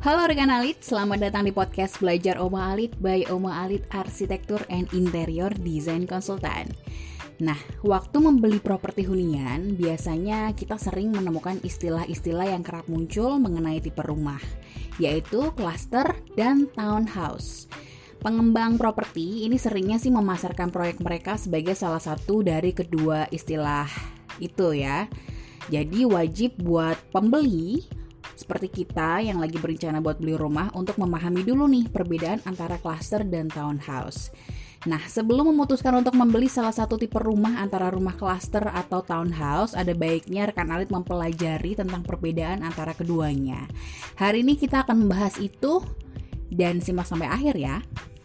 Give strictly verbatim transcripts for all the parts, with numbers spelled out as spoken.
Halo rekan Alit, selamat datang di podcast Belajar Oma Alit by Oma Alit Arsitektur and Interior Design Consultant. Nah, waktu membeli properti hunian, biasanya kita sering menemukan istilah-istilah yang kerap muncul mengenai tipe rumah, yaitu cluster dan townhouse. Pengembang properti ini seringnya sih memasarkan proyek mereka sebagai salah satu dari kedua istilah itu ya. Jadi wajib buat pembeli seperti kita yang lagi berencana buat beli rumah untuk memahami dulu nih perbedaan antara cluster dan townhouse. Nah, sebelum memutuskan untuk membeli salah satu tipe rumah antara rumah cluster atau townhouse, ada baiknya rekan Alit mempelajari tentang perbedaan antara keduanya. Hari ini kita akan membahas itu dan simak sampai akhir ya.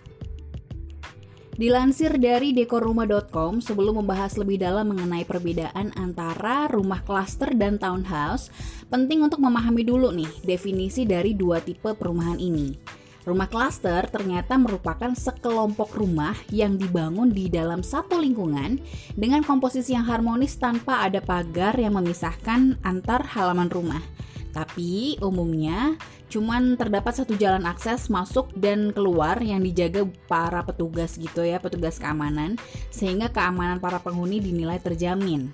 Dilansir dari dekorrumah dot com, sebelum membahas lebih dalam mengenai perbedaan antara rumah cluster dan townhouse, penting untuk memahami dulu nih definisi dari dua tipe perumahan ini. Rumah cluster ternyata merupakan sekelompok rumah yang dibangun di dalam satu lingkungan dengan komposisi yang harmonis tanpa ada pagar yang memisahkan antar halaman rumah. Tapi umumnya cuman terdapat satu jalan akses masuk dan keluar yang dijaga para petugas gitu ya, petugas keamanan, sehingga keamanan para penghuni dinilai terjamin.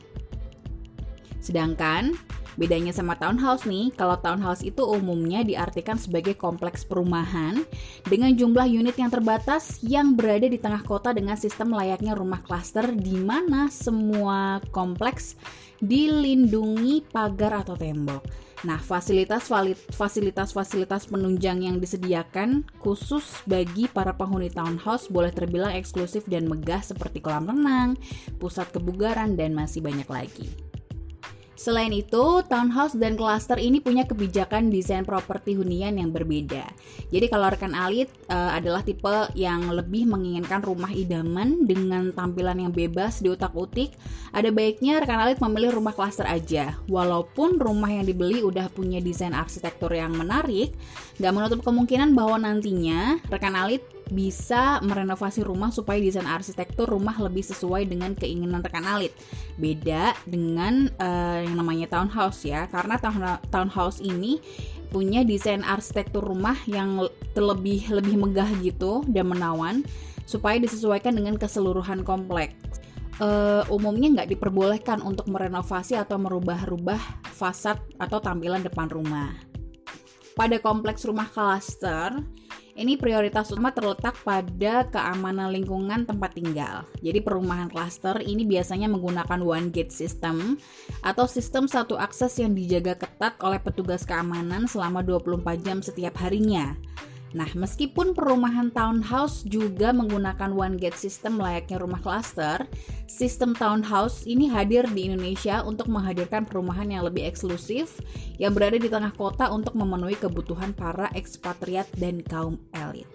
Sedangkan bedanya sama townhouse nih, kalau townhouse itu umumnya diartikan sebagai kompleks perumahan dengan jumlah unit yang terbatas yang berada di tengah kota dengan sistem layaknya rumah klaster di mana semua kompleks dilindungi pagar atau tembok. Nah, fasilitas fasilitas-fasilitas penunjang yang disediakan khusus bagi para penghuni townhouse boleh terbilang eksklusif dan megah seperti kolam renang, pusat kebugaran, dan masih banyak lagi. Selain itu, townhouse dan cluster ini punya kebijakan desain properti hunian yang berbeda. Jadi kalau rekan Alit uh, adalah tipe yang lebih menginginkan rumah idaman dengan tampilan yang bebas diutak-utik, ada baiknya rekan Alit memilih rumah cluster aja. Walaupun rumah yang dibeli udah punya desain arsitektur yang menarik, gak menutup kemungkinan bahwa nantinya rekan Alit bisa merenovasi rumah supaya desain arsitektur rumah lebih sesuai dengan keinginan rekan Alit. Beda dengan uh, yang namanya townhouse ya, karena town- townhouse ini punya desain arsitektur rumah yang terlebih lebih megah gitu dan menawan supaya disesuaikan dengan keseluruhan kompleks. Uh, umumnya nggak diperbolehkan untuk merenovasi atau merubah-rubah fasad atau tampilan depan rumah. Pada kompleks rumah cluster, ini prioritas utama terletak pada keamanan lingkungan tempat tinggal. Jadi perumahan klaster ini biasanya menggunakan one gate system atau sistem satu akses yang dijaga ketat oleh petugas keamanan selama dua puluh empat jam setiap harinya. Nah, meskipun perumahan townhouse juga menggunakan one gate system layaknya rumah klaster, sistem townhouse ini hadir di Indonesia untuk menghadirkan perumahan yang lebih eksklusif yang berada di tengah kota untuk memenuhi kebutuhan para ekspatriat dan kaum elit.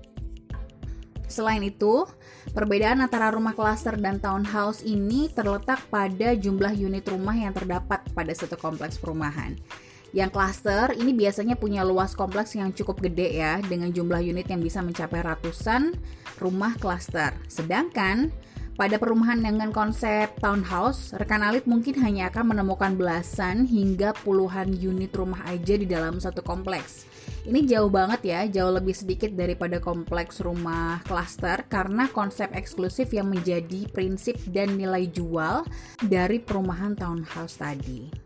Selain itu, perbedaan antara rumah klaster dan townhouse ini terletak pada jumlah unit rumah yang terdapat pada satu kompleks perumahan. Yang cluster ini biasanya punya luas kompleks yang cukup gede ya, dengan jumlah unit yang bisa mencapai ratusan rumah cluster. Sedangkan pada perumahan dengan konsep townhouse, rekan Alit mungkin hanya akan menemukan belasan hingga puluhan unit rumah aja di dalam satu kompleks. Ini jauh banget ya, jauh lebih sedikit daripada kompleks rumah cluster karena konsep eksklusif yang menjadi prinsip dan nilai jual dari perumahan townhouse tadi.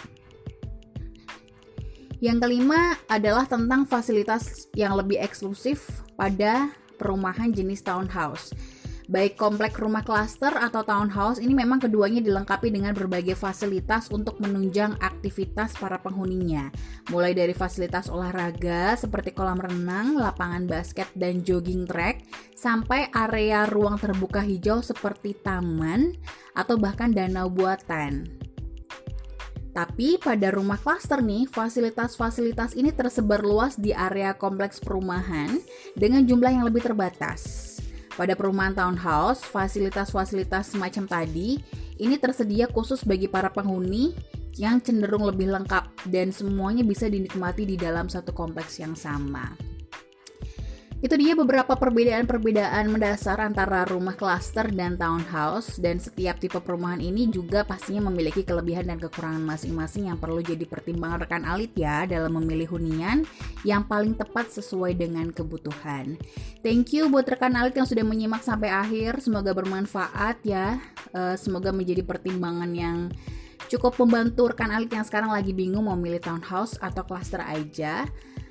Yang kelima adalah tentang fasilitas yang lebih eksklusif pada perumahan jenis townhouse. Baik kompleks rumah cluster atau townhouse, ini memang keduanya dilengkapi dengan berbagai fasilitas untuk menunjang aktivitas para penghuninya. Mulai dari fasilitas olahraga seperti kolam renang, lapangan basket, dan jogging track, sampai area ruang terbuka hijau seperti taman atau bahkan danau buatan. Tapi pada rumah klaster nih, fasilitas-fasilitas ini tersebar luas di area kompleks perumahan dengan jumlah yang lebih terbatas. Pada perumahan townhouse, fasilitas-fasilitas semacam tadi ini tersedia khusus bagi para penghuni yang cenderung lebih lengkap dan semuanya bisa dinikmati di dalam satu kompleks yang sama. Itu dia beberapa perbedaan-perbedaan mendasar antara rumah klaster dan townhouse, dan setiap tipe perumahan ini juga pastinya memiliki kelebihan dan kekurangan masing-masing yang perlu jadi pertimbangan rekan Alit ya dalam memilih hunian yang paling tepat sesuai dengan kebutuhan. Thank you buat rekan Alit yang sudah menyimak sampai akhir, semoga bermanfaat ya, semoga menjadi pertimbangan yang cukup membantu rekan Alit yang sekarang lagi bingung mau milih townhouse atau klaster aja.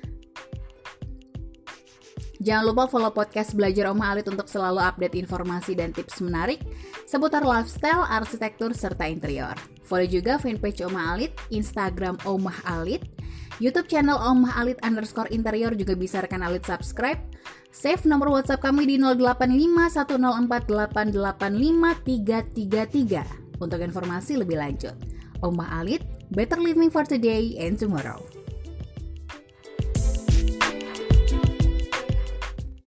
Jangan lupa follow podcast Belajar Omah Alit untuk selalu update informasi dan tips menarik seputar lifestyle, arsitektur, serta interior. Follow juga fanpage Omah Alit, Instagram Omah Alit, YouTube channel Omah Alit underscore interior juga bisa rekan Alit subscribe. Save nomor WhatsApp kami di nol delapan lima satu nol empat delapan delapan lima tiga tiga tiga untuk informasi lebih lanjut. Omah Alit, better living for today and tomorrow.